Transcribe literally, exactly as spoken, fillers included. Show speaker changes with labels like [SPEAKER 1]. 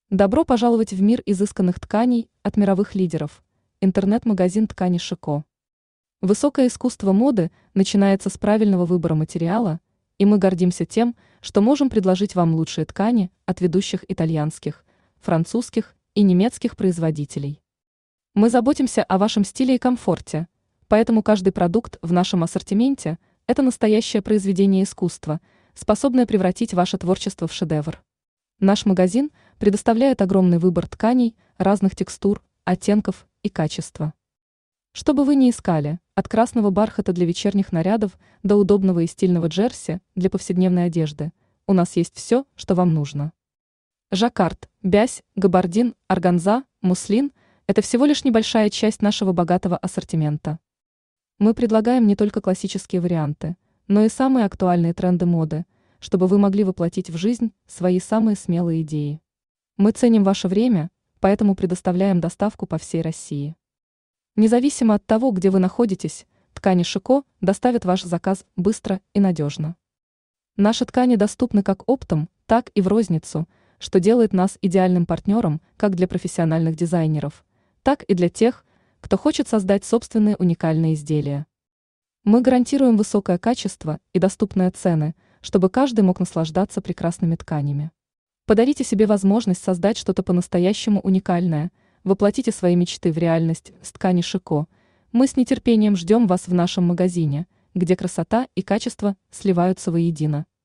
[SPEAKER 1] Добро пожаловать в мир изысканных тканей от мировых лидеров. Интернет-магазин ткани Шико. Высокое искусство моды начинается с правильного выбора материала, и мы гордимся тем, что можем предложить вам лучшие ткани от ведущих итальянских, французских и немецких производителей. Мы заботимся о вашем стиле и комфорте, поэтому каждый продукт в нашем ассортименте – это настоящее произведение искусства, способное превратить ваше творчество в шедевр. Наш магазин предоставляет огромный выбор тканей разных текстур, оттенков и качества. Что бы вы ни искали, от красного бархата для вечерних нарядов до удобного и стильного джерси для повседневной одежды, у нас есть все, что вам нужно. Жаккард, бязь, габардин, органза, муслин – это всего лишь небольшая часть нашего богатого ассортимента. Мы предлагаем не только классические варианты, но и самые актуальные тренды моды, чтобы вы могли воплотить в жизнь свои самые смелые идеи. Мы ценим ваше время, поэтому предоставляем доставку по всей России. Независимо от того, где вы находитесь, ткани Шико доставят ваш заказ быстро и надежно. Наши ткани доступны как оптом, так и в розницу, что делает нас идеальным партнером как для профессиональных дизайнеров, так и для тех, кто хочет создать собственные уникальные изделия. Мы гарантируем высокое качество и доступные цены, чтобы каждый мог наслаждаться прекрасными тканями. Подарите себе возможность создать что-то по-настоящему уникальное, воплотите свои мечты в реальность с ткани Шико. Мы с нетерпением ждем вас в нашем магазине, где красота и качество сливаются воедино.